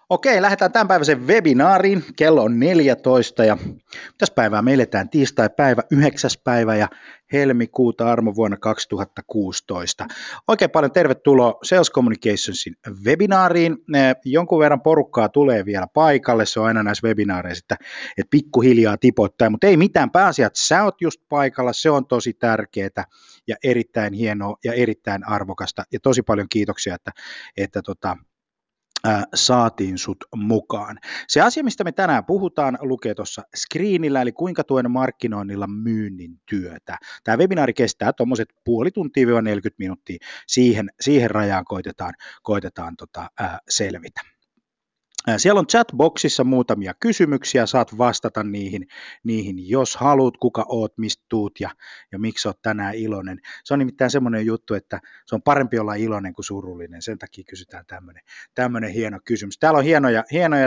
Okei, lähdetään tämänpäiväisen webinaariin. Kello on 14 ja tässä päivää me eletään tiistai-päivä 9. päivä ja helmikuuta armovuonna 2016. Oikein paljon tervetuloa Sales Communicationsin webinaariin. Jonkun verran porukkaa tulee vielä paikalle, se on aina näissä webinaareissa, että pikkuhiljaa tipoittaa, mutta ei mitään, pääasiat sä oot just paikalla, se on tosi tärkeää ja erittäin hienoa ja erittäin arvokasta ja tosi paljon kiitoksia, että saatiin sut mukaan. Se asia, mistä me tänään puhutaan, lukee tuossa screenillä, eli kuinka tuen markkinoinnilla myynnin työtä. Tämä webinaari kestää tuommoiset puoli tuntia 40 minuuttia, siihen rajaan koitetaan selvitä. Siellä on chatboxissa muutamia kysymyksiä, saat vastata niihin jos haluat, kuka oot, mistä tuut ja miksi oot tänään iloinen. Se on nimittäin semmoinen juttu, että se on parempi olla iloinen kuin surullinen, sen takia kysytään tämmöinen hieno kysymys. Täällä on hienoja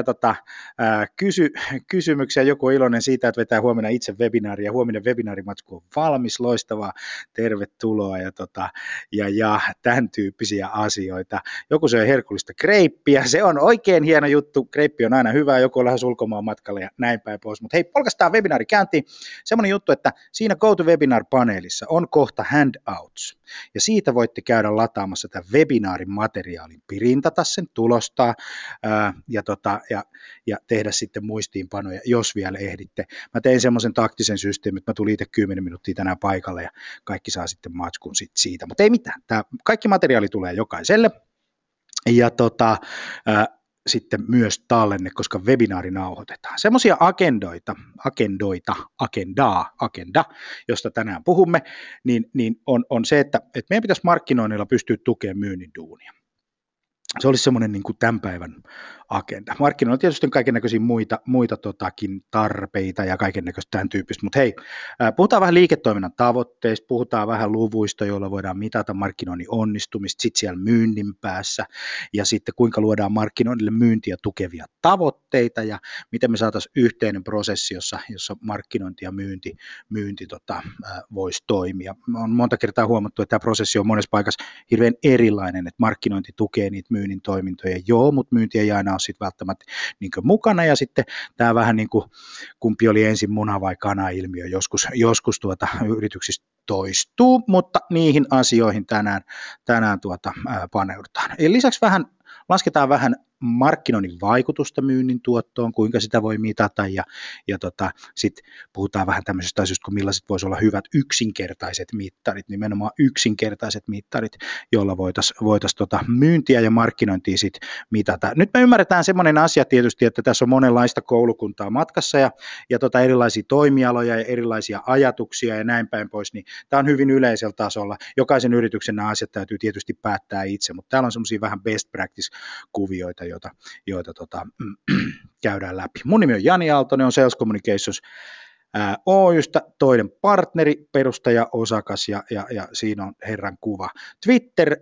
kysymyksiä, joku on iloinen siitä, että vetää huomenna itse webinaaria, huominen webinaarimatsku on valmis, loistavaa, tervetuloa ja tämän tyyppisiä asioita. Joku syö herkullista kreippiä, se on oikein hieno juttu. Kreippi on aina hyvä, joku on lähes ulkomaan matkalle ja näin päin pois, mutta hei, polkaistaan webinaari käyntiin. Semmoinen juttu, että siinä GoToWebinar-paneelissa on kohta handouts, ja siitä voitte käydä lataamassa tämän webinaarin materiaalin, printata sen, tulostaa ja tehdä sitten muistiinpanoja, jos vielä ehditte. Mä tein semmoisen taktisen systeemin, että mä tulin itse 10 minuuttia tänään paikalle ja kaikki saa sitten matskun siitä, mutta ei mitään, tämä kaikki materiaali tulee jokaiselle ja sitten myös tallenne, koska webinaari nauhoitetaan. Semmoisia agenda, josta tänään puhumme, niin on se, että meidän pitäisi markkinoinnilla pystyä tukemaan myynnin duunia. Se olisi semmoinen niin kuin tämän päivän agenda. Markkinoilla on tietysti kaikennäköisiä muita tarpeita ja kaikennäköistä tämän tyyppistä, mutta hei, puhutaan vähän liiketoiminnan tavoitteista, puhutaan vähän luvuista, joilla voidaan mitata markkinoinnin onnistumista, sitten siellä myynnin päässä, ja sitten kuinka luodaan markkinoinnille myyntiä tukevia tavoitteita, ja miten me saataisiin yhteinen prosessi, jossa markkinointi ja myynti voisi toimia. On monta kertaa huomattu, että tämä prosessi on monessa paikassa hirveän erilainen, että markkinointi tukee niitä myynnin toimintoja, mutta myynti ei aina ole sitten välttämättä niin mukana, ja sitten tämä vähän niin kuin kumpi oli ensin muna vai kana ilmiö joskus yrityksissä toistuu, mutta niihin asioihin tänään paneudutaan. Eli lisäksi lasketaan vähän markkinoinnin vaikutusta myynnin tuottoon, kuinka sitä voi mitata ja sitten puhutaan vähän tämmöisistä asioista, kuin millaiset voisi olla hyvät yksinkertaiset mittarit, nimenomaan yksinkertaiset mittarit, joilla voitaisiin myyntiä ja markkinointia sitten mitata. Nyt me ymmärretään semmoinen asia tietysti, että tässä on monenlaista koulukuntaa matkassa ja erilaisia toimialoja ja erilaisia ajatuksia ja näin päin pois, niin tämä on hyvin yleisellä tasolla. Jokaisen yrityksen nämä asiat täytyy tietysti päättää itse, mutta täällä on semmoisia vähän best practice-kuvioita, joita käydään läpi. Mun nimi on Jani Aaltonen, on Sales Communications Oystä toinen partneri, perustaja, osakas ja siinä on herran kuva. Twitter,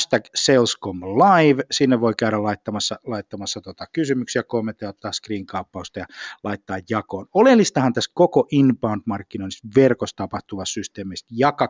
#salescomlive, sinne voi käydä laittamassa kysymyksiä, kommentteja, ottaa screen-kaappausta ja laittaa jakoon. Oleellistahan tässä koko inbound-markkinoinnissa verkossa tapahtuvassa systeemistä,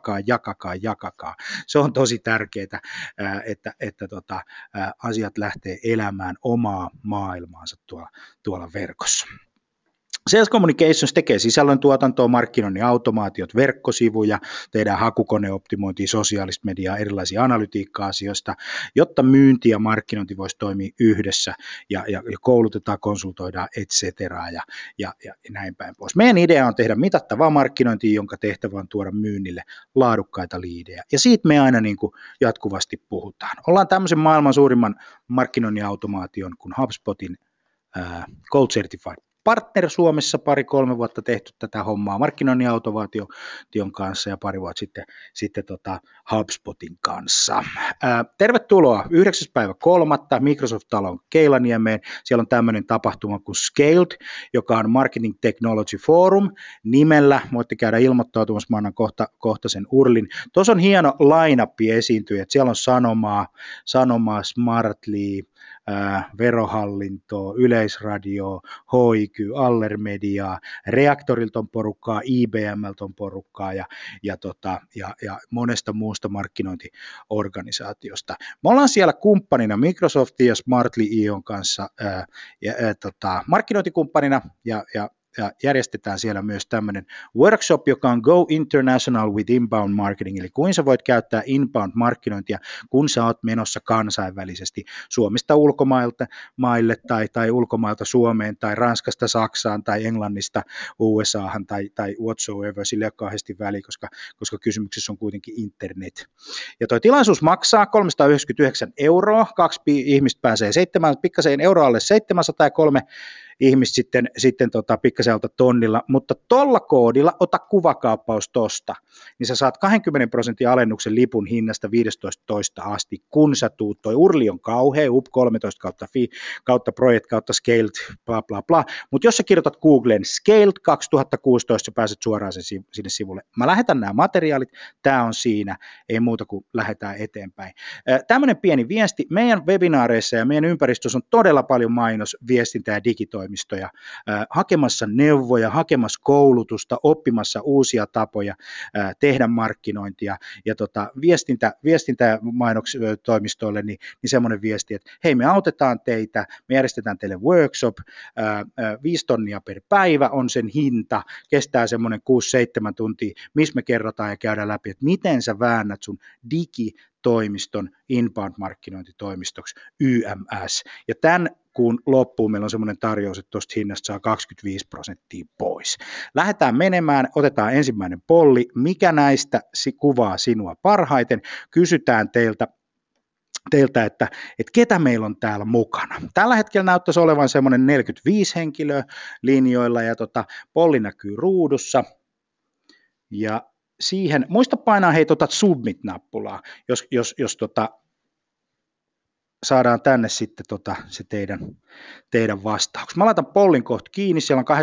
jakakaa. Se on tosi tärkeää, että asiat lähtee elämään omaa maailmaansa tuolla verkossa. Sales Communications tekee sisällöntuotantoa, markkinoinnin automaatiot, verkkosivuja, tehdään hakukoneoptimointia, sosiaalista mediaa, erilaisia analytiikka-asioista, jotta myynti ja markkinointi voisi toimia yhdessä ja koulutetaan, konsultoidaan, etc. ja näin päin pois. Meidän idea on tehdä mitattavaa markkinointia, jonka tehtävä on tuoda myynnille laadukkaita liidejä. Ja siitä me aina niin kuin jatkuvasti puhutaan. Ollaan tämmöisen maailman suurimman markkinoinnin automaation kuin HubSpotin Gold Certified partner Suomessa, 2-3 vuotta tehty tätä hommaa markkinoinnin automaation kanssa ja 2 vuotta sitten HubSpotin kanssa. Tervetuloa 9.3. Microsoft-talon Keilaniemeen. Siellä on tämmöinen tapahtuma kuin Scaled, joka on Marketing Technology Forum nimellä. Voitte käydä ilmoittautumassa, mä annan kohta sen URLin. Tuossa on hieno line-up esiintyjät. Siellä on Sanomaa, Smartly, Verohallintoa, Yleisradioa, HIQ, Allermediaa, Reaktorilta on porukkaa, IBMltä on porukkaa ja monesta muusta markkinointiorganisaatiosta. Me ollaan siellä kumppanina Microsoftin ja Smartly.ion kanssa markkinointikumppanina ja järjestetään siellä myös tämmöinen workshop, joka on Go International with Inbound Marketing, eli kuinka sä voit käyttää inbound-markkinointia, kun sä oot menossa kansainvälisesti Suomesta ulkomailta maille tai ulkomailta Suomeen tai Ranskasta Saksaan tai Englannista USAhan tai whatsoever, sillä ei ole kauheasti väliä, koska kysymyksessä on kuitenkin internet. Ja toi tilaisuus maksaa 399 €, 2 ihmistä pääsee 7, pikkasen euroa alle 700 ja 3 ihmistä sitten pikkasen alta tonnilla, mutta tuolla koodilla ota kuvakaappaus tosta, niin sä saat 20% alennuksen lipun hinnasta 15.2. asti, kun sä tuut, toi urli on kauhea, UP13 kautta project kautta scaled, bla bla bla, mutta jos sä kirjoitat Googleen scaled 2016, sä pääset suoraan sinne sivulle. Mä lähetän nämä materiaalit, tää on siinä, ei muuta kuin lähdetään eteenpäin. Tämmöinen pieni viesti, meidän webinaareissa ja meidän ympäristössä on todella paljon mainos, viestintä ja digitoimista, hakemassa neuvoja, hakemassa koulutusta, oppimassa uusia tapoja tehdä markkinointia ja viestintämainostoimistoille niin semmoinen viesti, että hei, me autetaan teitä, me järjestetään teille workshop, 5 tonnia per päivä on sen hinta, kestää semmoinen 6-7 tuntia, missä me kerrotaan ja käydään läpi, että miten sä väännät sun digitoimiston inbound-markkinointitoimistoksi YMS. Ja tämän kuun loppuun meillä on semmoinen tarjous, että tuosta hinnasta saa 25% pois. Lähdetään menemään, otetaan ensimmäinen polli, mikä näistä kuvaa sinua parhaiten, kysytään teiltä, että ketä meillä on täällä mukana. Tällä hetkellä näyttäisi olevan semmoinen 45 henkilöä linjoilla ja polli näkyy ruudussa ja siihen, muista painaa hei submit-nappulaa, jos saadaan tänne sitten se teidän vastaukset. Mä laitan pollin kohta kiinni, siellä on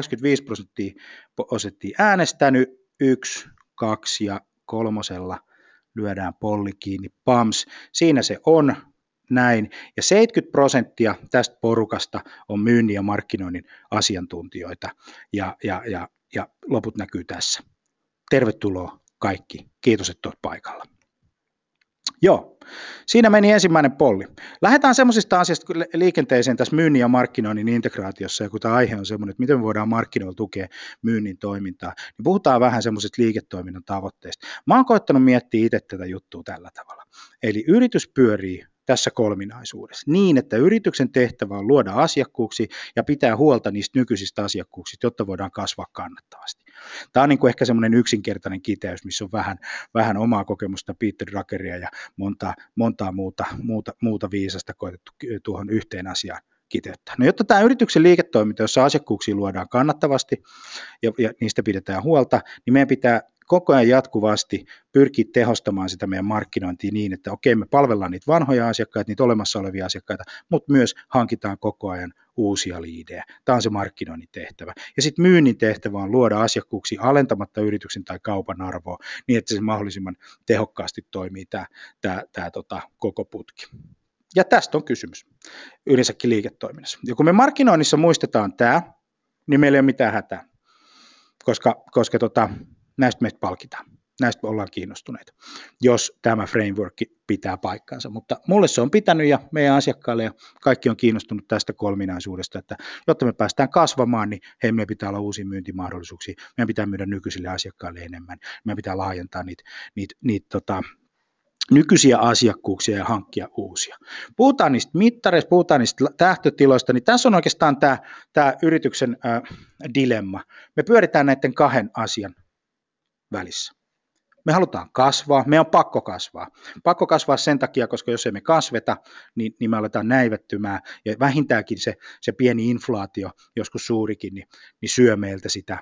85% äänestänyt, 1, 2 ja 3 lyödään polli kiinni, pams, siinä se on, näin, ja 70% tästä porukasta on myynnin ja markkinoinnin asiantuntijoita, ja loput näkyy tässä. Tervetuloa kaikki, kiitos, että olet paikalla. Joo, siinä meni ensimmäinen polli. Lähdetään semmoisista asioista liikenteeseen tässä myynnin ja markkinoinnin integraatiossa, ja kun tämä aihe on semmoinen, että miten me voidaan markkinoilla tukea myynnin toimintaa, niin puhutaan vähän semmoisista liiketoiminnan tavoitteista. Mä oon koettanut miettiä itse tätä juttua tällä tavalla. Eli yritys pyörii tässä kolminaisuudessa niin, että yrityksen tehtävä on luoda asiakkuuksia ja pitää huolta niistä nykyisistä asiakkuuksista, jotta voidaan kasvaa kannattavasti. Tämä on niin kuin ehkä semmoinen yksinkertainen kiteys, missä on vähän omaa kokemusta Peter Druckeria ja montaa muuta viisasta koetettu tuohon yhteen asiaan kiteyttää. No, jotta tämä yrityksen liiketoiminta, jossa asiakkuuksia luodaan kannattavasti ja niistä pidetään huolta, niin meidän pitää koko ajan jatkuvasti pyrkiä tehostamaan sitä meidän markkinointia niin, että okei, me palvellaan niitä vanhoja asiakkaita, niitä olemassa olevia asiakkaita, mutta myös hankitaan koko ajan uusia liidejä. Tämä on se markkinoinnin tehtävä. Ja sitten myynnin tehtävä on luoda asiakkuuksia alentamatta yrityksen tai kaupan arvoa niin, että se mahdollisimman tehokkaasti toimii tämä koko putki. Ja tästä on kysymys yleensäkin liiketoiminnassa. Ja kun me markkinoinnissa muistetaan tämä, niin meillä ei ole mitään hätää, koska näistä meistä palkitaan. Näistä ollaan kiinnostuneita, jos tämä framework pitää paikkansa. Mutta mulle se on pitänyt ja meidän asiakkaille ja kaikki on kiinnostunut tästä kolminaisuudesta, että jotta me päästään kasvamaan, niin meidän pitää olla uusia myyntimahdollisuuksia. Meidän pitää myydä nykyisille asiakkaille enemmän. Meidän pitää laajentaa niitä nykyisiä asiakkuuksia ja hankkia uusia. Puhutaan niistä mittareista, puhutaan niistä tähtötiloista, niin tässä on oikeastaan tämä yrityksen dilemma. Me pyöritään näiden 2 asian välissä. Me halutaan kasvaa, meidän on pakko kasvaa. Pakko kasvaa sen takia, koska jos emme kasveta, niin me aletaan näivettymään ja vähintäänkin se pieni inflaatio, joskus suurikin, niin syö meiltä sitä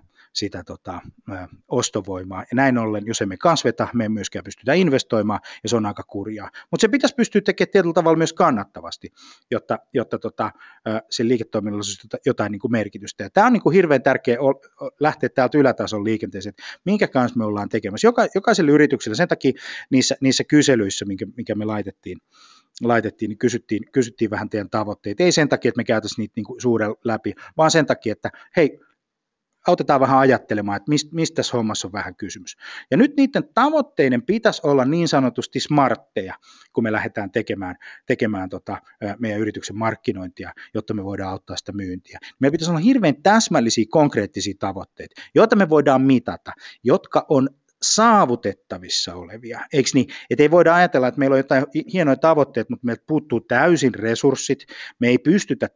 ostovoimaa. Ja näin ollen, jos emme kasveta, me ei myöskään pystytä investoimaan ja se on aika kurjaa. Mutta se pitäisi pystyä tekemään tietyllä tavalla myös kannattavasti, jotta sen liiketoiminnalla olisi jotain niin kuin merkitystä. Ja tämä on niin kuin hirveän tärkeä lähteä täältä ylätason liikenteeseen, että minkä kanssa me ollaan tekemässä. Jokaiselle yritykselle, sen takia niissä kyselyissä, minkä me laitettiin laitettiin, niin kysyttiin vähän teidän tavoitteita. Ei sen takia, että me käytäisiin niitä niin kuin suuren läpi, vaan sen takia, että hei, autetaan vähän ajattelemaan, että mistä tässä hommassa on vähän kysymys. Ja nyt niiden tavoitteiden pitäisi olla niin sanotusti smartteja, kun me lähdetään tekemään meidän yrityksen markkinointia, jotta me voidaan auttaa sitä myyntiä. Meillä pitäisi olla hirveän täsmällisiä, konkreettisia tavoitteita, joita me voidaan mitata, jotka on saavutettavissa olevia, eikö niin? Että ei voida ajatella, että meillä on jotain hienoja tavoitteita, mutta meiltä puuttuu täysin resurssit, me ei pystytä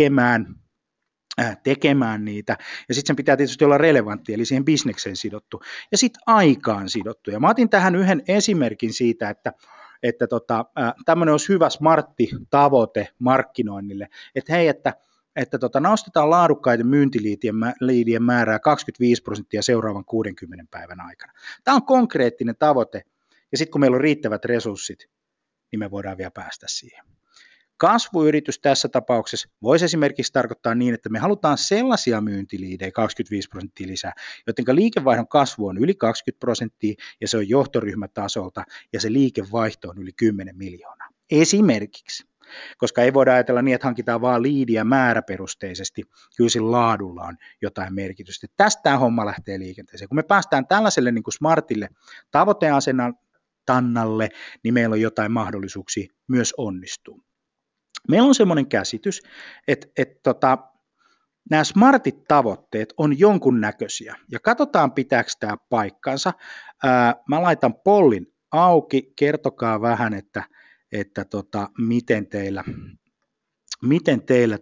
tekemään niitä, ja sitten sen pitää tietysti olla relevantti, eli siihen bisnekseen sidottu, ja sitten aikaan sidottu. Ja mä otin tähän yhden esimerkin siitä, että tämmöinen olisi hyvä smartti tavoite markkinoinnille, että hei, että nostetaan laadukkaiden myyntiliidien määrää 25% seuraavan 60 päivän aikana. Tämä on konkreettinen tavoite, ja sitten kun meillä on riittävät resurssit, niin me voidaan vielä päästä siihen. Kasvuyritys tässä tapauksessa voisi esimerkiksi tarkoittaa niin, että me halutaan sellaisia myyntiliidejä 25% lisää, joten liikevaihdon kasvu on yli 20% ja se on johtoryhmätasolta ja se liikevaihto on yli 10 miljoonaa. Esimerkiksi, koska ei voida ajatella niin, että hankitaan vaan liidiä määräperusteisesti, kyllä sillä laadulla on jotain merkitystä. Tästä tämä homma lähtee liikenteeseen. Kun me päästään tällaiselle niin kuin smartille tavoiteasennalle, niin meillä on jotain mahdollisuuksia myös onnistua. Meillä on semmoinen käsitys, että nämä smartit tavoitteet on jonkunnäköisiä, ja katsotaan pitääkö tämä paikkansa. Mä laitan pollin auki, kertokaa vähän, että miten teillä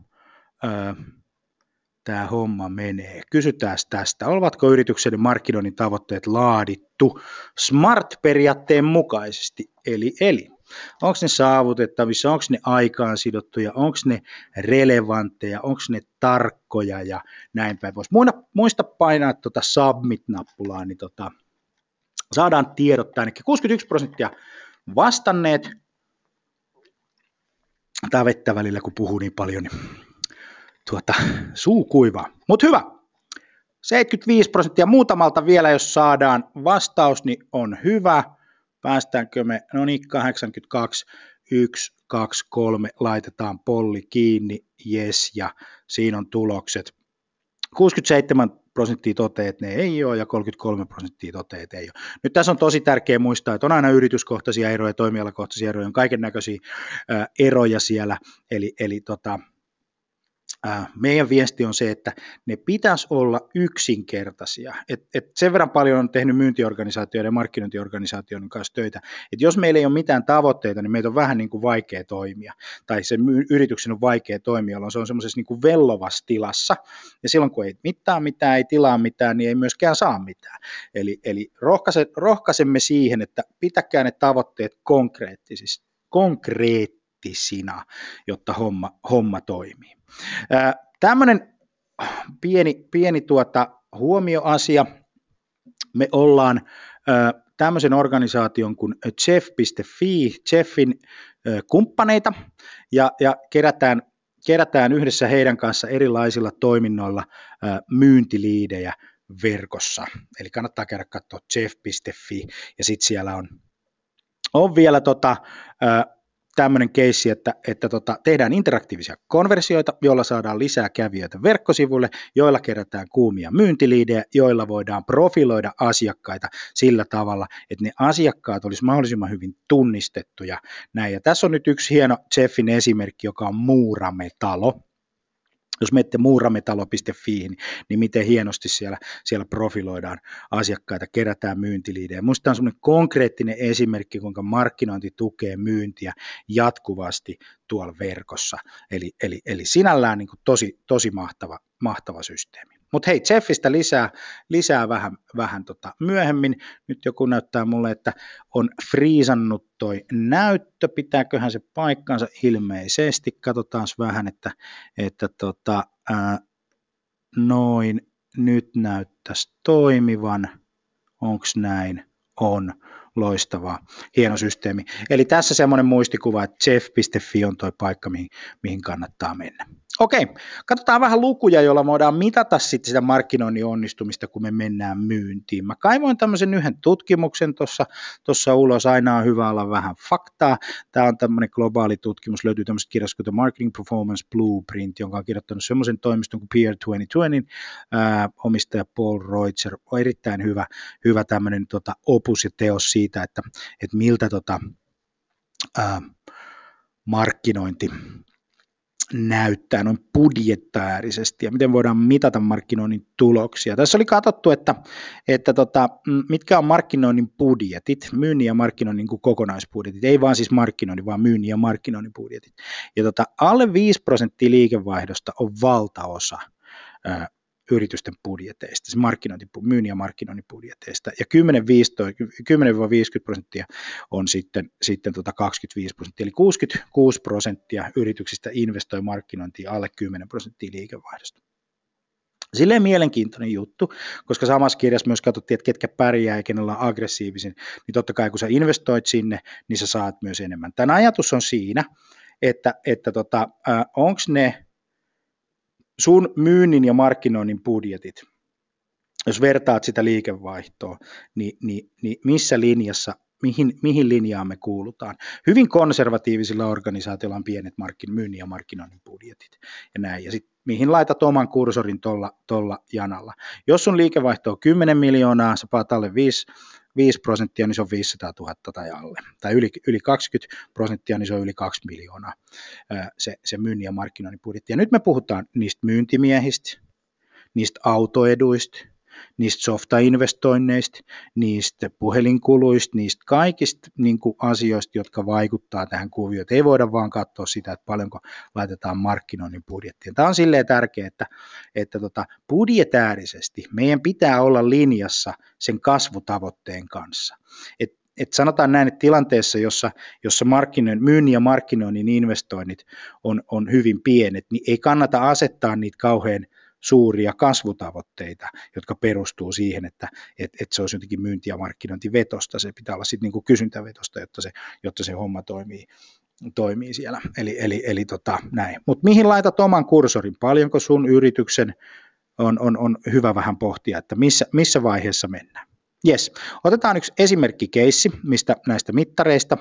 tämä homma menee. Kysytään tästä, ovatko yrityksen markkinoinnin tavoitteet laadittu SMART-periaatteen mukaisesti, eli onko ne saavutettavissa, onko ne aikaan sidottuja, onko ne relevantteja, onko ne tarkkoja ja näin päin pois. Muista painaa submit-nappulaa, niin saadaan tiedot tänne. 61% vastanneet. Tämä vettä välillä, kun puhuu niin paljon, niin suu kuivaa. Mutta hyvä. 75% muutamalta vielä, jos saadaan vastaus, niin on hyvä. Päästäänkö me, no niin, 82, 1, 2, 3, laitetaan polli kiinni, yes, ja siinä on tulokset. 67% toteaa, että ne ei ole, ja 33% toteaa, että ei ole. Nyt tässä on tosi tärkeää muistaa, että on aina yrityskohtaisia eroja, toimialakohtaisia eroja, on kaiken näköisiä eroja siellä, eli meidän viesti on se, että ne pitäisi olla yksinkertaisia. Et sen verran paljon on tehnyt myyntiorganisaatioiden ja markkinointiorganisaatioiden kanssa töitä, että jos meillä ei ole mitään tavoitteita, niin meitä on vähän niin kuin vaikea toimia, tai sen yrityksen on vaikea toimia, jolloin se on semmoisessa niin kuin vellovassa tilassa, ja silloin kun ei mittaa mitään, ei tilaa mitään, niin ei myöskään saa mitään. Eli rohkaisemme siihen, että pitäkää ne tavoitteet konkreettisina, jotta homma toimii. Tämmöinen pieni huomioasia. Me ollaan tämmöisen organisaation kuin Jeff.fi, Jeffin kumppaneita, ja kerätään yhdessä heidän kanssa erilaisilla toiminnoilla myyntiliidejä verkossa. Eli kannattaa käydä katsoa Jeff.fi, ja sitten siellä on vielä tämmöinen keissi, että tehdään interaktiivisia konversioita, joilla saadaan lisää kävijöitä verkkosivuille, joilla kerätään kuumia myyntiliidejä, joilla voidaan profiloida asiakkaita sillä tavalla, että ne asiakkaat olisi mahdollisimman hyvin tunnistettuja. Näin. Ja tässä on nyt yksi hieno Jeffin esimerkki, joka on Muurametalo. Jos menette muurametalo.fi, niin miten hienosti siellä profiloidaan asiakkaita, kerätään myyntiliidejä. Minusta tämä on semmoinen konkreettinen esimerkki, kuinka markkinointi tukee myyntiä jatkuvasti tuolla verkossa. Eli sinällään niin kuin tosi mahtava systeemi. Mutta hei, Jeffistä lisää vähän myöhemmin. Nyt joku näyttää mulle, että on friisannut toi näyttö. Pitääköhän se paikkansa ilmeisesti? Katsotaan vähän, että noin nyt näyttäisi toimivan. Onko näin? On. Loistavaa. Hieno systeemi. Eli tässä semmoinen muistikuva, että jeff.fi on toi paikka, mihin kannattaa mennä. Okei, katsotaan vähän lukuja, joilla voidaan mitata sitten sitä markkinoinnin onnistumista, kun me mennään myyntiin. Mä kaivoin tämmöisen yhden tutkimuksen tuossa ulos, aina on hyvä olla vähän faktaa. Tämä on tämmöinen globaali tutkimus, löytyy tämmöisestä kirjasta kuin The Marketing Performance Blueprint, jonka on kirjoittanut semmoisen toimiston kuin Peer 2020, omistaja Paul Reutzer. On erittäin hyvä tämmöinen opus ja teos siitä, että miltä markkinointi näyttää noin budjettaarisesti ja miten voidaan mitata markkinoinnin tuloksia. Tässä oli katsottu, että mitkä on markkinoinnin budjetit, myynnin ja markkinoinnin kokonaisbudjetit, ei vaan siis markkinoinnin, vaan myynnin ja markkinoinnin budjetit. Ja alle 5% liikevaihdosta on valtaosa yritysten budjeteista, siis myynnin ja markkinoinnin budjeteista, ja 10-50% on sitten 25%, eli 66% yrityksistä investoi markkinointiin alle 10% liikevaihdosta. Silleen mielenkiintoinen juttu, koska samassa kirjassa myös katsottiin, että ketkä pärjää ja kenellä on aggressiivisin, niin totta kai kun sä investoit sinne, niin sä saat myös enemmän. Tämän ajatus on siinä, että onko ne sun myynnin ja markkinoinnin budjetit, jos vertaat sitä liikevaihtoa, niin missä linjassa, mihin linjaan me kuulutaan. Hyvin konservatiivisilla organisaatioilla on pienet myynnin ja markkinoinnin budjetit ja näin, ja sitten mihin laitat oman kursorin tuolla janalla. Jos sun liikevaihto on 10 miljoonaa, sä paat alle 5%, niin se on 500 000 tai alle. Tai yli 20%, niin se on yli 2 miljoonaa se myynnin ja markkinoinnin budjetti. Ja nyt me puhutaan niistä myyntimiehistä, niistä autoeduista, niistä softainvestoinneista, niistä puhelinkuluista, niistä kaikista asioista, jotka vaikuttaa tähän kuvioon. Ei voida vaan katsoa sitä, että paljonko laitetaan markkinoinnin budjettiin. Tämä on silleen tärkeää, että budjetäärisesti meidän pitää olla linjassa sen kasvutavoitteen kanssa. Et sanotaan näin, että tilanteessa, jossa myynnin ja markkinoinnin investoinnit on hyvin pienet, niin ei kannata asettaa niitä kauhean suuria kasvutavoitteita, jotka perustuu siihen, että se olisi jotenkin myynti- ja markkinointivetosta. Se pitää olla sitten niin kuin kysyntävetosta, jotta se homma toimii siellä. Eli näin. Mutta mihin laitat oman kursorin? Paljonko sun yrityksen on hyvä vähän pohtia, että missä vaiheessa mennään? Jes, otetaan yksi esimerkkikeissi näistä mittareista.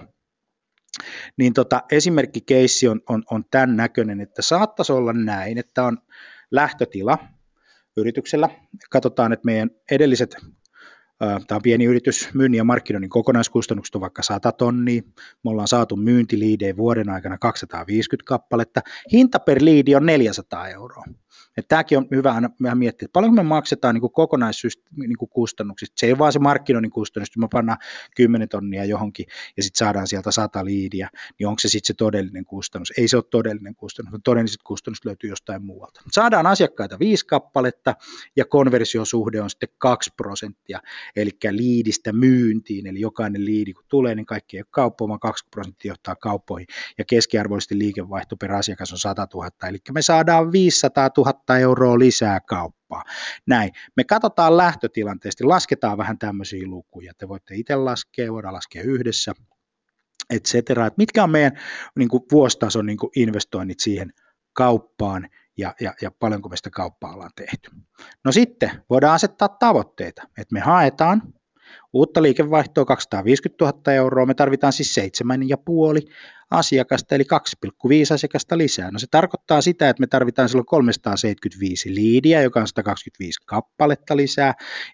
Niin esimerkkikeissi on tämän näköinen, että saattaisi olla näin, että on lähtötila yrityksellä. Katsotaan, että meidän edelliset, tämä on pieni yritys, myynnin ja markkinoinnin kokonaiskustannukset on vaikka 100 tonnia. Me ollaan saatu myyntiliidejä vuoden aikana 250 kappaletta. Hinta per liidi on 400 euroa. Tämäkin on hyvä aina vähän miettiä, että paljonko me maksetaan kokonaiskustannuksista. Se ei ole vaan se markkinoinnin kustannus, jos me pannaan 10 tonnia johonkin ja sitten saadaan sieltä 100 liidiä, niin onko se sitten se todellinen kustannus? Ei se ole todellinen kustannus, mutta todelliset kustannukset löytyy jostain muualta. Saadaan asiakkaita 5 kappaletta ja konversiosuhde on sitten 2%, eli liidistä myyntiin, eli jokainen liidi kun tulee, niin kaikki ei ole kauppoa, vaan 2% johtaa kauppoihin ja keskiarvoisesti liikevaihto per asiakas on 100 000, eli me saadaan 500 000 euroa lisää kauppaa. Näin. Me katsotaan lähtötilanteesta, lasketaan vähän tämmöisiä lukuja. Te voitte itse laskea, voidaan laskea yhdessä, et cetera. Et mitkä on meidän vuositason investoinnit siihen kauppaan ja paljonko me sitä kauppaa ollaan tehty. No sitten voidaan asettaa tavoitteita, että me haetaan uutta liikevaihtoa 250 000 euroa, me tarvitaan siis 7,5 asiakasta, eli 2,5 asiakasta lisää. No se tarkoittaa sitä, että me tarvitaan silloin 375 liidiä, joka on 125 kappaletta lisää,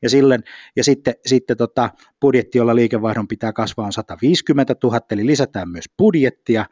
ja sitten budjetti, jolla liikevaihdon pitää kasvaa on 150 000, eli lisätään myös budjettia,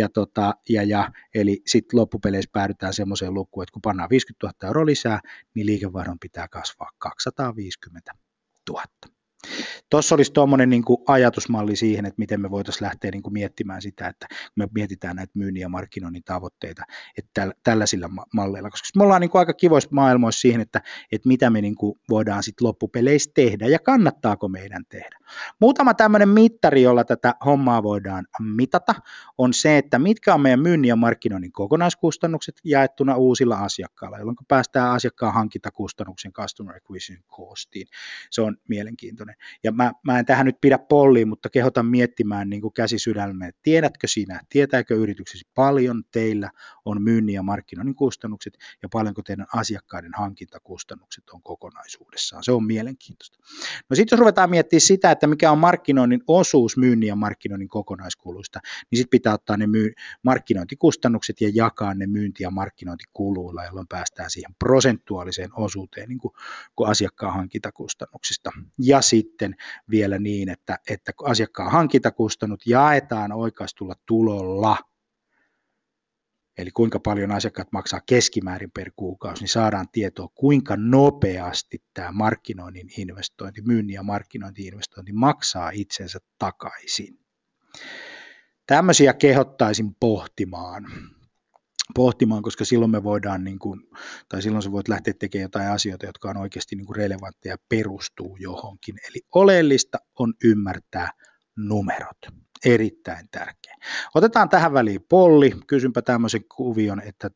eli sitten loppupeleissä päädytään semmoiseen lukuun, että kun pannaan 50 000 euroa lisää, niin liikevaihdon pitää kasvaa 250 000. Tuossa olisi tuommoinen ajatusmalli siihen, että miten me voitaisiin lähteä miettimään sitä, että me mietitään näitä myynnin ja markkinoinnin tavoitteita että tällaisilla malleilla, koska me ollaan aika kivoissa maailmoissa siihen, että mitä me voidaan sitten loppupeleissä tehdä ja kannattaako meidän tehdä. Muutama tämmöinen mittari, jolla tätä hommaa voidaan mitata, on se, että mitkä on meidän myynnin ja markkinoinnin kokonaiskustannukset jaettuna uusilla asiakkailla, jolloin päästään asiakkaan hankintakustannuksen customer acquisition costiin. Se on mielenkiintoinen. tämmöinen. Ja mä en tähän nyt pidä polliin, mutta kehotan miettimään niin kuin käsi sydämeen, että tiedätkö sinä, tietääkö yrityksesi paljon teillä on myynnin ja markkinoinnin kustannukset ja paljonko teidän asiakkaiden hankintakustannukset on kokonaisuudessaan. Se on mielenkiintoista. No sitten jos ruvetaan miettimään sitä, että mikä on markkinoinnin osuus myynnin ja markkinoinnin kokonaiskuluista, niin sitten pitää ottaa ne markkinointikustannukset ja jakaa ne myynti- ja markkinointikuluilla, jolloin päästään siihen prosentuaaliseen osuuteen niin kuin asiakkaan hankintakustannuksista. Ja sitten vielä niin, että asiakkaan hankintakustannut jaetaan oikaistulla tulolla, eli kuinka paljon asiakkaat maksaa keskimäärin per kuukausi, niin saadaan tietoa, kuinka nopeasti tämä markkinoinnin investointi, myynnin ja markkinointi-investointi maksaa itsensä takaisin. Tämmöisiä kehottaisin pohtimaan, koska silloin me voidaan, tai silloin sä voit lähteä tekemään jotain asioita, jotka on oikeasti relevantteja ja perustuu johonkin. Eli oleellista on ymmärtää numerot. Erittäin tärkeä. Otetaan tähän väliin polli. Kysynpä tämmöisen kuvion, että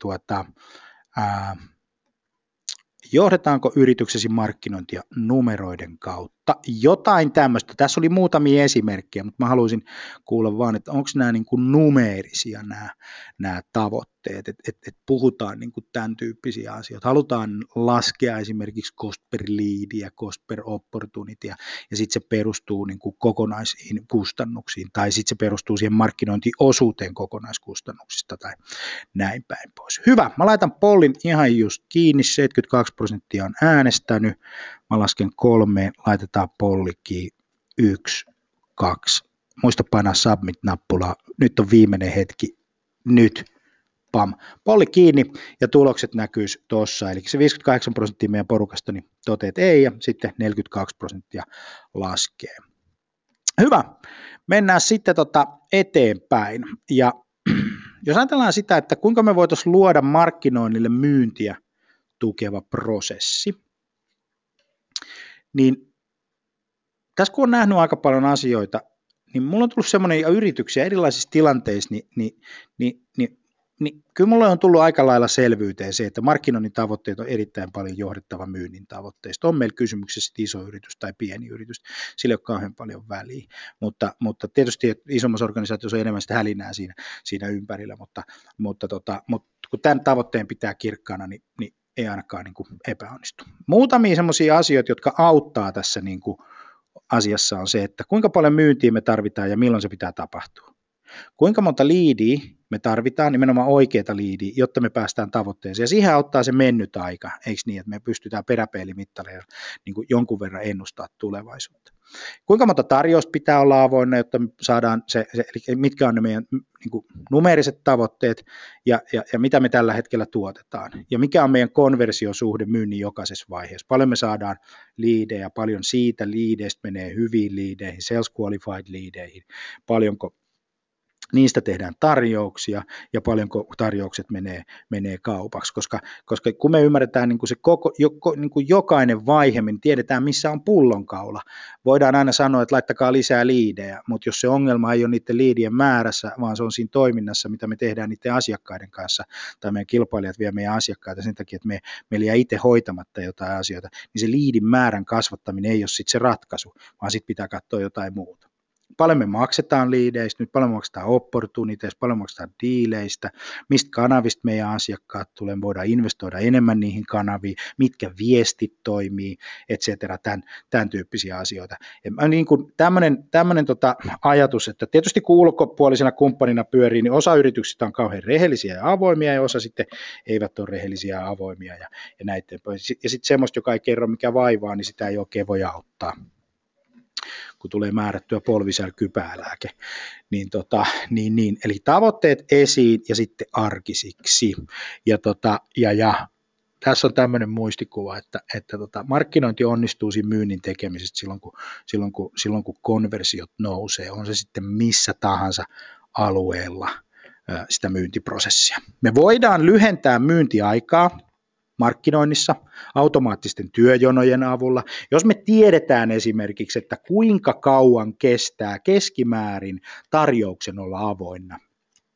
johdetaanko yrityksesi markkinointia numeroiden kautta? Jotain tämmöistä. Tässä oli muutamia esimerkkejä, mutta mä haluaisin kuulla vaan, että onko nämä numeerisia nämä tavoitteet, että puhutaan tämän tyyppisiä asioita. Halutaan laskea esimerkiksi cost per lead ja cost per opportunity, ja sitten se perustuu kokonaisiin kustannuksiin, tai sitten se perustuu siihen markkinointiosuuteen kokonaiskustannuksista, tai näin päin pois. Hyvä, mä laitan pollin ihan just kiinni, 72% on äänestänyt, mä lasken 3, laitetaan pollikin 1, 2, muista painaa submit-nappulaa, nyt on viimeinen hetki, nyt, pam, polli kiinni ja tulokset näkyisi tuossa, eli se 58% meidän porukasta niin toteat ei ja sitten 42% laskee. Hyvä, mennään sitten eteenpäin ja jos ajatellaan sitä, että kuinka me voitaisiin luoda markkinoinnille myyntiä tukeva prosessi, niin tässä kun on nähnyt aika paljon asioita, niin mulla on tullut semmoinen yrityksiä erilaisissa tilanteissa, niin kyllä mulle on tullut aika lailla selvyyteen se, että markkinoinnin tavoitteet on erittäin paljon johdettava myynnin tavoitteista. On meillä kysymyksessä iso yritys tai pieni yritys, sillä ei ole kauhean paljon väliä, mutta tietysti isommassa organisaatiossa on enemmän sitä hälinää siinä ympärillä, mutta kun tämän tavoitteen pitää kirkkaana, niin ei ainakaan epäonnistu. Muutamia semmoisia asioita, jotka auttaa tässä asiassa on se, että kuinka paljon myyntiä me tarvitaan ja milloin se pitää tapahtua. Kuinka monta liidiä me tarvitaan, nimenomaan oikeata liidiä, jotta me päästään tavoitteeseen. Ja siihen auttaa se mennyt aika, eikö niin, että me pystytään peräpeilimittareilla jonkun verran ennustaa tulevaisuutta. Kuinka monta tarjousta pitää olla avoinna, jotta me saadaan eli mitkä on ne meidän numeeriset tavoitteet ja mitä me tällä hetkellä tuotetaan. Ja mikä on meidän konversiosuhde myynnin jokaisessa vaiheessa. Paljon me saadaan liidejä, paljon siitä liideistä menee hyviin liideihin, sales qualified liideihin, paljonko niistä tehdään tarjouksia ja paljonko tarjoukset menee kaupaksi, koska kun me ymmärretään se jokainen vaihe, me tiedetään missä on pullonkaula. Voidaan aina sanoa, että laittakaa lisää liidejä, mutta jos se ongelma ei ole niiden liidien määrässä, vaan se on siinä toiminnassa, mitä me tehdään niiden asiakkaiden kanssa, tai meidän kilpailijat vie meidän asiakkaita sen takia, että me jää itse hoitamatta jotain asioita, niin se liidin määrän kasvattaminen ei ole sitten se ratkaisu, vaan sitten pitää katsoa jotain muuta. Paljon me maksetaan liideistä, nyt paljon maksetaan opportuniteista, paljon maksetaan diileistä, mistä kanavista meidän asiakkaat tulee, me voidaan investoida enemmän niihin kanaviin, mitkä viestit toimii, et cetera, tämän tyyppisiä asioita. Tämmöinen ajatus, että tietysti kun ulkopuolisena kumppanina pyörii, niin osa yrityksistä on kauhean rehellisiä ja avoimia, ja osa sitten eivät ole rehellisiä ja avoimia, ja näitä. Ja sitten semmoista, joka ei kerro mikä vaivaa, niin sitä ei oikein voi auttaa, kun tulee määrättyä polvisälkypäälääke, niin, eli tavoitteet esiin ja sitten arkisiksi, ja tässä on tämmöinen muistikuva, että markkinointi onnistuu siinä myynnin tekemisestä silloin, kun konversiot nousee, on se sitten missä tahansa alueella sitä myyntiprosessia. Me voidaan lyhentää myyntiaikaa markkinoinnissa automaattisten työjonojen avulla. Jos me tiedetään esimerkiksi, että kuinka kauan kestää keskimäärin tarjouksen olla avoinna,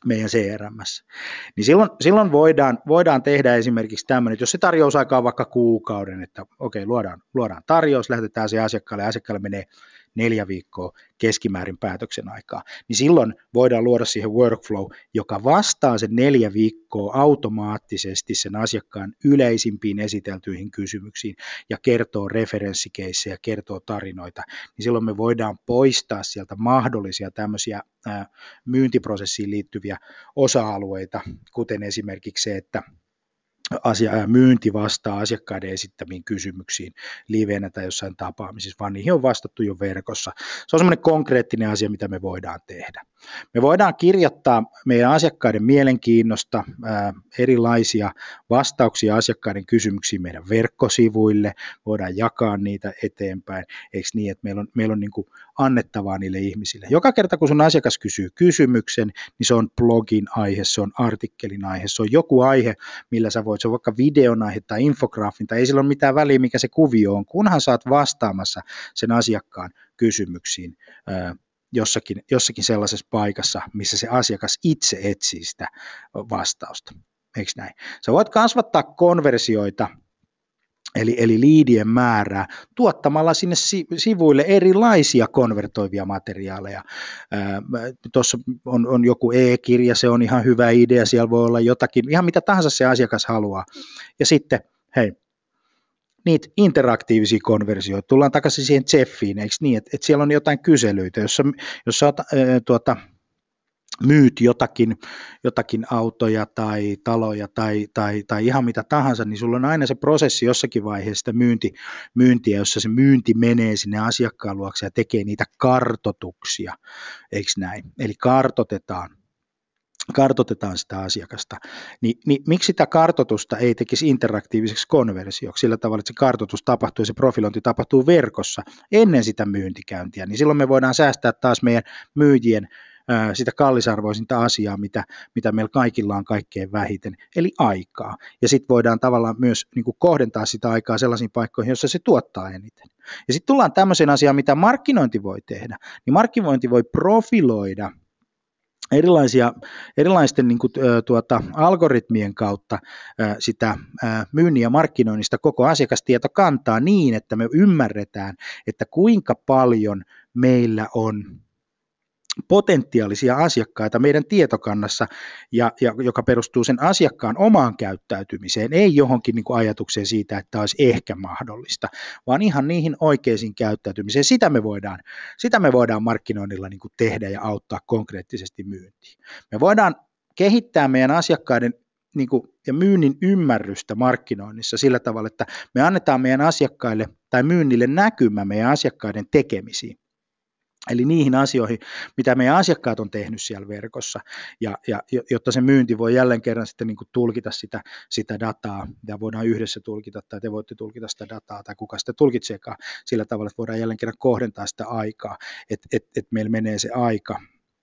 meidän CRM:ssä. Niin silloin voidaan tehdä esimerkiksi tämmöinen, että jos se tarjousaika on vaikka kuukauden, että okei, luodaan tarjous, lähetetään se asiakkaalle menee 4 viikkoa keskimäärin päätöksen aikaa, niin silloin voidaan luoda siihen workflow, joka vastaa sen 4 viikkoa automaattisesti sen asiakkaan yleisimpiin esiteltyihin kysymyksiin ja kertoo referenssikeissejä, kertoo tarinoita, niin silloin me voidaan poistaa sieltä mahdollisia tämmöisiä myyntiprosessiin liittyviä osa-alueita, kuten esimerkiksi se, että myynti vastaa asiakkaiden esittämiin kysymyksiin livenä tai jossain tapaamisissa, vaan niihin on vastattu jo verkossa. Se on semmoinen konkreettinen asia, mitä me voidaan tehdä. Me voidaan kirjoittaa meidän asiakkaiden mielenkiinnosta erilaisia vastauksia asiakkaiden kysymyksiin meidän verkkosivuille, voidaan jakaa niitä eteenpäin, eikö niin, että meillä on niin kuin annettavaa niille ihmisille. Joka kerta, kun sun asiakas kysyy kysymyksen, niin se on blogin aihe, se on artikkelin aihe, se on joku aihe, millä sä voit, se on vaikka videon aihe tai infograafin, tai ei sillä ole mitään väliä, mikä se kuvio on, kunhan sä oot vastaamassa sen asiakkaan kysymyksiin jossakin sellaisessa paikassa, missä se asiakas itse etsii sitä vastausta. Eikö näin? Sä voit kasvattaa konversioita, eli liidien määrää, tuottamalla sinne sivuille erilaisia konvertoivia materiaaleja. Tuossa on joku e-kirja, se on ihan hyvä idea, siellä voi olla jotakin, ihan mitä tahansa se asiakas haluaa. Ja sitten, hei, niitä interaktiivisia konversioita, tullaan takaisin siihen Zeffiin, eikö niin, että siellä on jotain kyselyitä, jos myyt jotakin autoja tai taloja tai ihan mitä tahansa, niin sulla on aina se prosessi jossakin vaiheessa sitä myyntiä, jossa se myynti menee sinne asiakkaan luokse ja tekee niitä kartoituksia, eikö näin? Eli kartoitetaan sitä asiakasta, niin miksi sitä kartoitusta ei tekisi interaktiiviseksi konversioksi sillä tavalla, että se kartoitus tapahtuu ja se profilointi tapahtuu verkossa ennen sitä myyntikäyntiä, niin silloin me voidaan säästää taas meidän myyjien sitä kallisarvoisinta asiaa, mitä meillä kaikilla on kaikkein vähiten, eli aikaa. Ja sitten voidaan tavallaan myös niin kuin kohdentaa sitä aikaa sellaisiin paikkoihin, joissa se tuottaa eniten. Ja sitten tullaan tämmöiseen asiaan, mitä markkinointi voi tehdä, niin markkinointi voi profiloida erilaisten niin kuin, algoritmien kautta sitä myynnin ja markkinoinnista koko asiakastietokantaa niin, että me ymmärretään, että kuinka paljon meillä on potentiaalisia asiakkaita meidän tietokannassa, joka perustuu sen asiakkaan omaan käyttäytymiseen, ei johonkin niin kuin ajatukseen siitä, että olisi ehkä mahdollista, vaan ihan niihin oikeisiin käyttäytymiseen. Sitä me voidaan markkinoinnilla niin kuin tehdä ja auttaa konkreettisesti myyntiin. Me voidaan kehittää meidän asiakkaiden niin kuin, ja myynnin ymmärrystä markkinoinnissa sillä tavalla, että me annetaan meidän asiakkaille tai myynnille näkymä meidän asiakkaiden tekemisiin. Eli niihin asioihin, mitä meidän asiakkaat on tehnyt siellä verkossa, ja jotta se myynti voi jälleen kerran sitten niin kuin tulkita sitä dataa, ja voidaan yhdessä tulkita, tai te voitte tulkita sitä dataa, tai kuka sitä tulkitseekaan sillä tavalla, että voidaan jälleen kerran kohdentaa sitä aikaa, että meillä menee se aika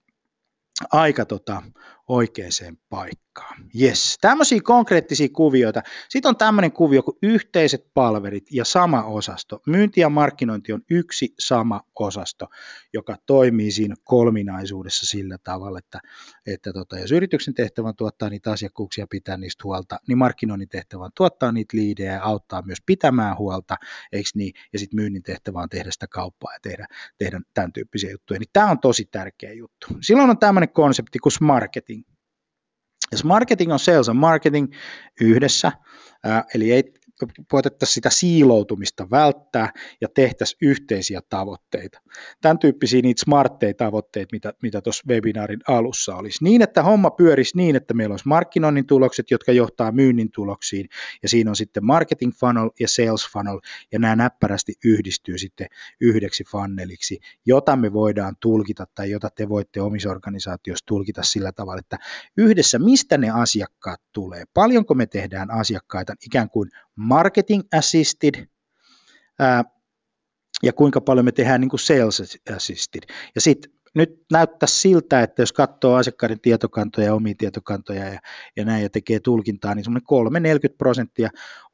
oikeaan paikkaan. Jes, tämmöisiä konkreettisia kuvioita. Sitten on tämmöinen kuvio kuin yhteiset palvelit ja sama osasto. Myynti ja markkinointi on yksi sama osasto, joka toimii siinä kolminaisuudessa sillä tavalla, että jos yrityksen tehtävä on tuottaa niitä asiakkuuksia ja pitää niistä huolta, niin markkinoinnin tehtävä on tuottaa niitä liidejä ja auttaa myös pitämään huolta, eikö niin? Ja sitten myynnin tehtävä on tehdä sitä kauppaa ja tehdä tämän tyyppisiä juttuja. Niin tämä on tosi tärkeä juttu. Silloin on tämmöinen konsepti kuin marketing. Ja marketing on sales and marketing yhdessä, eli ei koetettaisiin sitä siiloutumista välttää ja tehtäisiin yhteisiä tavoitteita. Tämän tyyppisiä niitä smartteja tavoitteita, mitä tuossa webinaarin alussa olisi. Niin, että homma pyörisi niin, että meillä olisi markkinoinnin tulokset, jotka johtaa myynnin tuloksiin, ja siinä on sitten marketing funnel ja sales funnel, ja nämä näppärästi yhdistyy sitten yhdeksi funneliksi, jota me voidaan tulkita, tai jota te voitte omissa organisaatioissa tulkita sillä tavalla, että yhdessä mistä ne asiakkaat tulee, paljonko me tehdään asiakkaita ikään kuin marketing assisted, ja kuinka paljon me tehdään niin kuin sales assisted. Ja sitten nyt näyttää siltä, että jos katsoo asiakkaiden tietokantoja, omia tietokantoja ja näin ja tekee tulkintaa, niin semmoinen 30-40%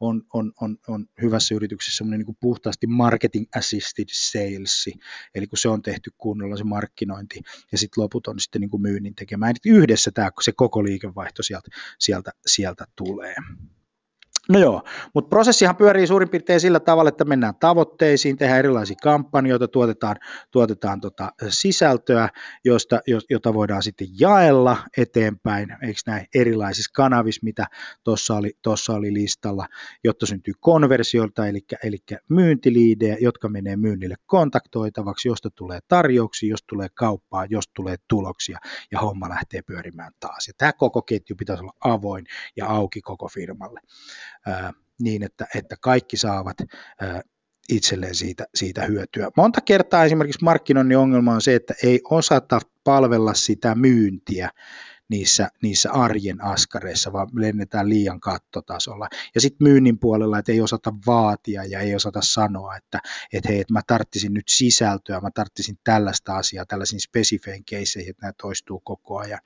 on hyvässä yrityksessä semmoinen niin kuin puhtaasti marketing assisted sales, eli kun se on tehty kunnolla se markkinointi ja sitten loput on sitten niin kuin myynnin tekemään. Yhdessä se koko liikevaihto sieltä tulee. No joo, mutta prosessihan pyörii suurin piirtein sillä tavalla, että mennään tavoitteisiin, tehdään erilaisia kampanjoita, tuotetaan sisältöä, jota voidaan sitten jaella eteenpäin, eikö näin, erilaisissa kanavissa, mitä tuossa oli listalla, jotta syntyy konversioita, eli myyntiliidejä, jotka menee myynnille kontaktoitavaksi, josta tulee tarjouksia, josta tulee kauppaa, josta tulee tuloksia, ja homma lähtee pyörimään taas. Ja tämä koko ketju pitäisi olla avoin ja auki koko firmalle. Niin, että kaikki saavat itselleen siitä hyötyä. Monta kertaa esimerkiksi markkinoinnin ongelma on se, että ei osata palvella sitä myyntiä niissä arjen askareissa, vaan lennetään liian kattotasolla. Ja sitten myynnin puolella, että ei osata vaatia ja ei osata sanoa, että hei, että mä tarttisin nyt sisältöä, mä tarttisin tällaista asiaa, tällaisiin spesifein keisseihin, että nämä toistuu koko ajan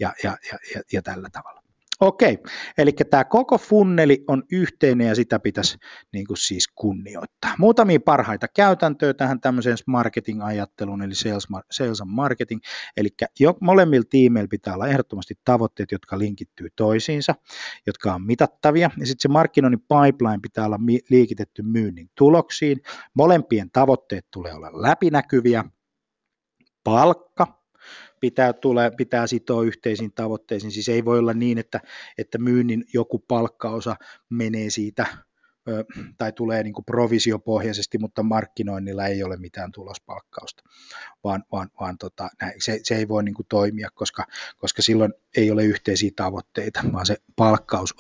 ja tällä tavalla. Okei, eli tämä koko funneli on yhteinen ja sitä pitäisi niin kuin siis kunnioittaa. Muutamia parhaita käytäntöjä tähän tämmöiseen marketing-ajatteluun, eli sales and marketing, eli molemmilla tiimeillä pitää olla ehdottomasti tavoitteet, jotka linkittyy toisiinsa, jotka on mitattavia, ja sitten se markkinoinnin pipeline pitää olla liikitetty myynnin tuloksiin, molempien tavoitteet tulee olla läpinäkyviä, palkka pitää sitoa yhteisiin tavoitteisiin, siis ei voi olla niin, että myynnin joku palkkaosa menee siitä tai tulee niin kuin provisiopohjaisesti, mutta markkinoinnilla ei ole mitään tulospalkkausta, vaan se ei voi niin kuin toimia, koska silloin ei ole yhteisiä tavoitteita, vaan se palkkaus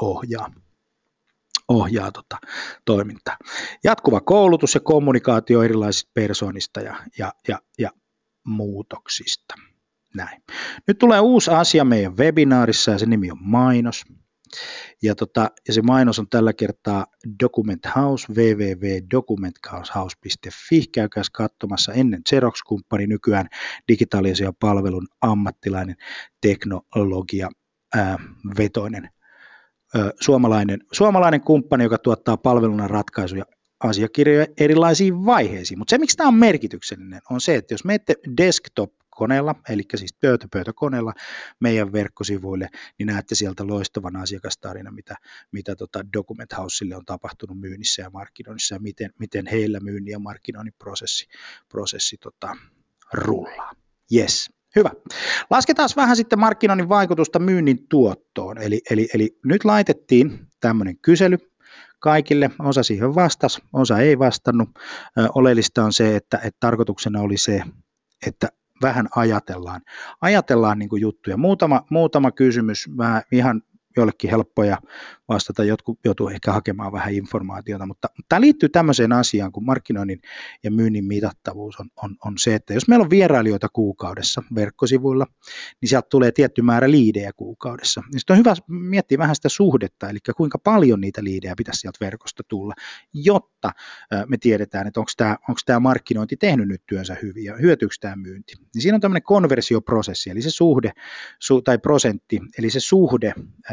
ohjaa toimintaa. Jatkuva koulutus ja kommunikaatio erilaisista persoonista ja muutoksista. Näin. Nyt tulee uusi asia meidän webinaarissa ja se nimi on mainos. Ja se mainos on tällä kertaa Document House, www.documenthouse.fi. Käykää katsomassa ennen Xerox-kumppani, nykyään digitaalisia palvelun ammattilainen teknologia vetoinen suomalainen kumppani, joka tuottaa palveluna ratkaisuja asiakirjoja erilaisiin vaiheisiin. Mutta se, miksi tämä on merkityksellinen, on se, että jos menette desktop-koneella, eli siis pöytäkoneella meidän verkkosivuille, niin näette sieltä loistavan asiakastarinan, mitä Document Houselle on tapahtunut myynnissä ja markkinoinnissa, ja miten heillä myynnin ja markkinoinnin prosessi rullaa. Yes. Hyvä. Lasketaan vähän sitten markkinoinnin vaikutusta myynnin tuottoon. Eli nyt laitettiin tämmöinen kysely kaikille, osa siihen vastasi, osa ei vastannut. Oleellista on se, että tarkoituksena oli se, että vähän ajatellaan niin kuin juttuja. Muutama kysymys, vähän ihan jollekin helppoja vastata, jotkut joutuu ehkä hakemaan vähän informaatiota, mutta tämä liittyy tämmöiseen asiaan, kun markkinoinnin ja myynnin mitattavuus on se, että jos meillä on vierailijoita kuukaudessa verkkosivuilla, niin sieltä tulee tietty määrä liidejä kuukaudessa. Niin sitten on hyvä miettiä vähän sitä suhdetta, eli kuinka paljon niitä liidejä pitäisi sieltä verkosta tulla, jotta me tiedetään, että onko tämä markkinointi tehnyt nyt työnsä hyvin ja hyötyykö tämä myynti. Niin siinä on tämmöinen konversioprosessi, eli se suhde tai prosentti, eli se suhde,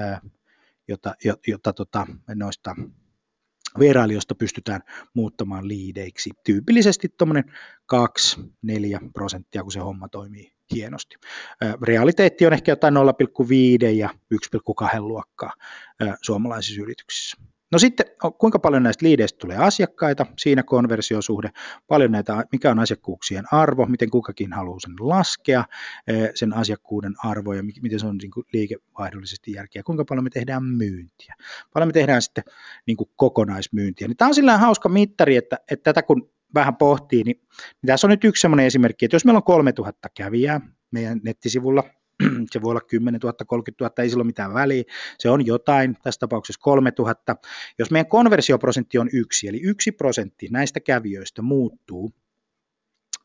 jota noista vierailijoista pystytään muuttamaan liideiksi. Tyypillisesti tuommoinen 2-4%, kun se homma toimii hienosti. Realiteetti on ehkä jotain 0,5 ja 1,2 luokkaa suomalaisissa yrityksissä. No sitten, kuinka paljon näistä liideistä tulee asiakkaita, siinä konversiosuhde, paljon mikä on asiakkuuksien arvo, miten kukakin haluaa sen laskea, sen asiakkuuden arvo ja miten se on niin kuin liikevaihdollisesti järkeä, kuinka paljon me tehdään myyntiä, paljon me tehdään sitten niin kuin kokonaismyyntiä. Niin tämä on sillä hauska mittari, että tätä kun vähän pohtii, niin tässä on nyt yksi sellainen esimerkki, että jos meillä on 3000 kävijää meidän nettisivulla, se voi olla 10 000, 30 000, ei sillä ole mitään väliä, se on jotain, tässä tapauksessa 3000. Jos meidän konversioprosentti on 1, eli 1% näistä kävijöistä muuttuu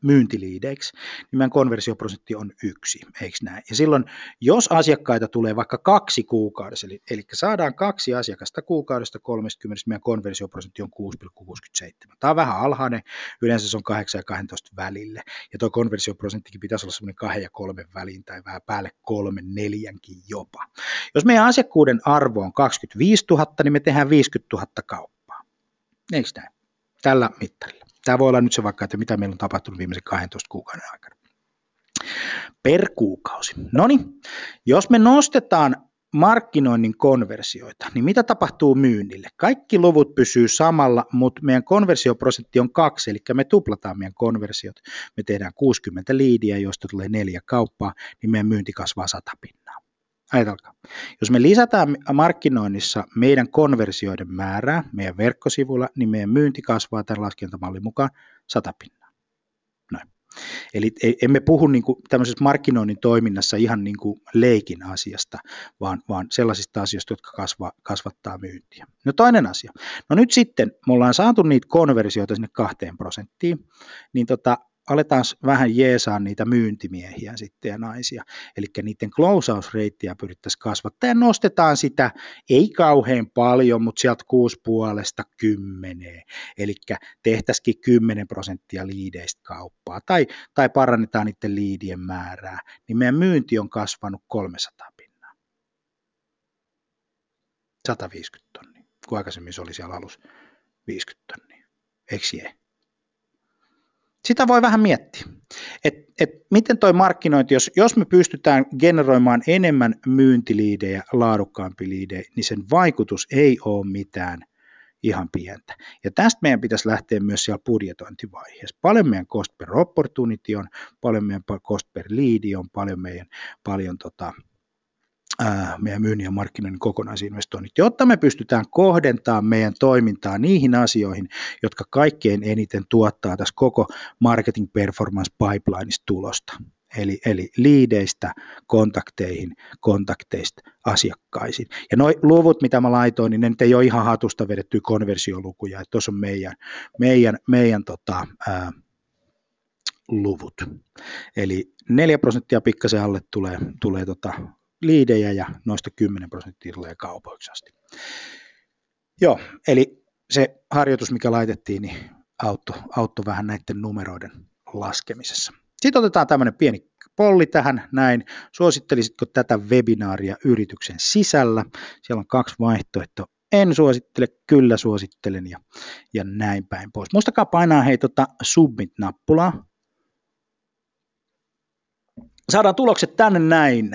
myyntiliideiksi, niin meidän konversioprosentti on 1, eikö näin? Ja silloin, jos asiakkaita tulee vaikka 2 kuukaudessa, eli saadaan 2 asiakasta kuukaudesta 30, meidän konversioprosentti on 6,67. Tämä on vähän alhainen, yleensä se on 8 ja 12 välille, ja tuo konversioprosenttikin pitäisi olla semmoinen 2 ja 3 väliin, tai vähän päälle 3, 4 jopa. Jos meidän asiakkuuden arvo on 25 000, niin me tehdään 50 000 kauppaa. Eikö näin? Tällä mittarilla. Tämä voi olla nyt se vaikka, että mitä meillä on tapahtunut viimeisen 12 kuukauden aikana. Per kuukausi. No niin, jos me nostetaan markkinoinnin konversioita, niin mitä tapahtuu myynnille? Kaikki luvut pysyy samalla, mutta meidän konversioprosentti on 2, eli me tuplataan meidän konversiot. Me tehdään 60 liidiä, joista tulee 4 kauppaa, niin meidän myynti kasvaa 100 pinnaa. Ajatelkaa. Jos me lisätään markkinoinnissa meidän konversioiden määrää meidän verkkosivuilla, niin meidän myynti kasvaa tämän laskentamallin mukaan 100 pinnaa. Noin. Eli emme puhu niin kuin tämmöisessä markkinoinnin toiminnassa ihan niin kuin leikin asiasta, vaan sellaisista asioista, jotka kasvattaa myyntiä. No toinen asia. No nyt sitten me ollaan saatu niitä konversioita sinne 2%, niin aletaan vähän jeesaa niitä myyntimiehiä sitten ja naisia, eli niiden close-out-reittiä pyrittäisiin kasvattaa ja nostetaan sitä, ei kauhean paljon, mutta sieltä 6,5–10, eli tehtäisikin 10% liideistä kauppaa, tai parannetaan niiden liidien määrää, niin meidän myynti on kasvanut 300 pinnaa, 150 tonnia, kun aikaisemmin se oli siellä alussa 50 tonnia, eikö jee? Sitä voi vähän miettiä, että miten toi markkinointi, jos me pystytään generoimaan enemmän myyntiliidejä, laadukkaampia liidejä, niin sen vaikutus ei ole mitään ihan pientä. Ja tästä meidän pitäisi lähteä myös siellä budjetointivaiheessa. Paljon meidän cost per opportunity on, paljon meidän cost per lead on, paljon meidän myynnin ja markkinoinnin kokonaisinvestoinnit, jotta me pystytään kohdentamaan meidän toimintaa niihin asioihin, jotka kaikkein eniten tuottaa tässä koko marketing performance pipelineista tulosta. Eli liideistä kontakteihin, kontakteista asiakkaisiin. Ja nuo luvut, mitä mä laitoin, niin ne nyt ei ole ihan hatusta vedettyä konversiolukuja. Tuossa on meidän luvut. Eli 4% pikkasen alle tulee liidejä ja noista 10% tulee kaupoiksi asti. Joo, eli se harjoitus, mikä laitettiin, niin auttoi vähän näiden numeroiden laskemisessa. Sitten otetaan tämmöinen pieni polli tähän näin. Suosittelisitko tätä webinaaria yrityksen sisällä? Siellä on 2 vaihtoehtoa. En suosittele, kyllä suosittelen ja näin päin pois. Muistakaa painaa submit-nappulaa. Saadaan tulokset tänne näin.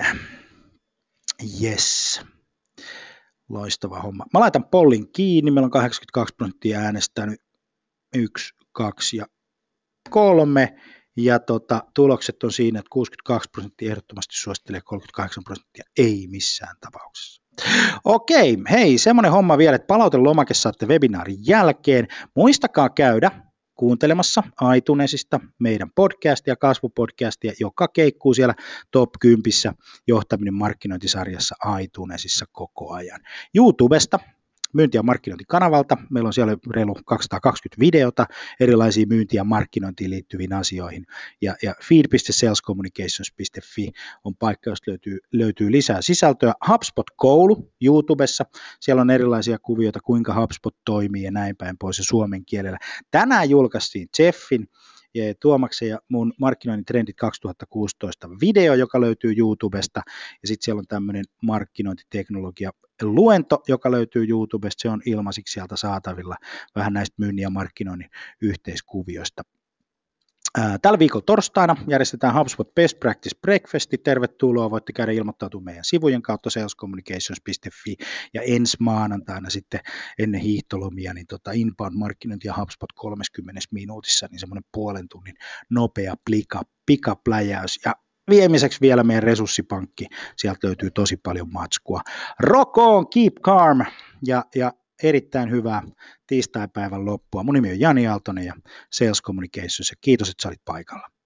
Yes. Loistava homma. Mä laitan pollin kiinni. Meillä on 82% äänestänyt. 1, 2 ja 3. Ja tulokset on siinä, että 62% ehdottomasti suosittelee, 38% ei missään tapauksessa. Okei, hei, semmoinen homma vielä, että palautelomake saatte webinaarin jälkeen. Muistakaa käydä kuuntelemassa iTunesista meidän podcastia, kasvupodcastia, joka keikkuu siellä top 10 johtaminen markkinointisarjassa iTunesissa koko ajan. YouTubesta, myynti- ja markkinointikanavalta, meillä on siellä reilu 220 videota erilaisiin myynti- ja markkinointiin liittyviin asioihin, ja feed.salescommunications.fi on paikka, josta löytyy lisää sisältöä. HubSpot-koulu YouTubessa, siellä on erilaisia kuvioita, kuinka HubSpot toimii ja näin päin pois ja suomen kielellä. Tänään julkaistiin Jeffin ja Tuomaksen ja mun markkinoinnin trendit 2016 video, joka löytyy YouTubesta, ja sitten siellä on tämmöinen markkinointiteknologia luento, joka löytyy YouTubesta, se on ilmaisiksi sieltä saatavilla, vähän näistä myynnin ja markkinoinnin yhteiskuvioista. Tällä viikolla torstaina järjestetään HubSpot Best Practice Breakfast. Tervetuloa, voitte käydä ilmoittautumaan meidän sivujen kautta salescommunications.fi, ja ensi maanantaina sitten ennen hiihtolomia niin inbound markkinointi ja HubSpot 30 minuutissa, niin semmoinen puolen tunnin nopea pikapläjäys, ja viimeiseksi vielä meidän resurssipankki, sieltä löytyy tosi paljon matskua. Rock on, keep calm, ja erittäin hyvää tiistaipäivän loppua. Mun nimi on Jani Aaltonen ja Sales Communications, ja kiitos, että sä olit paikalla.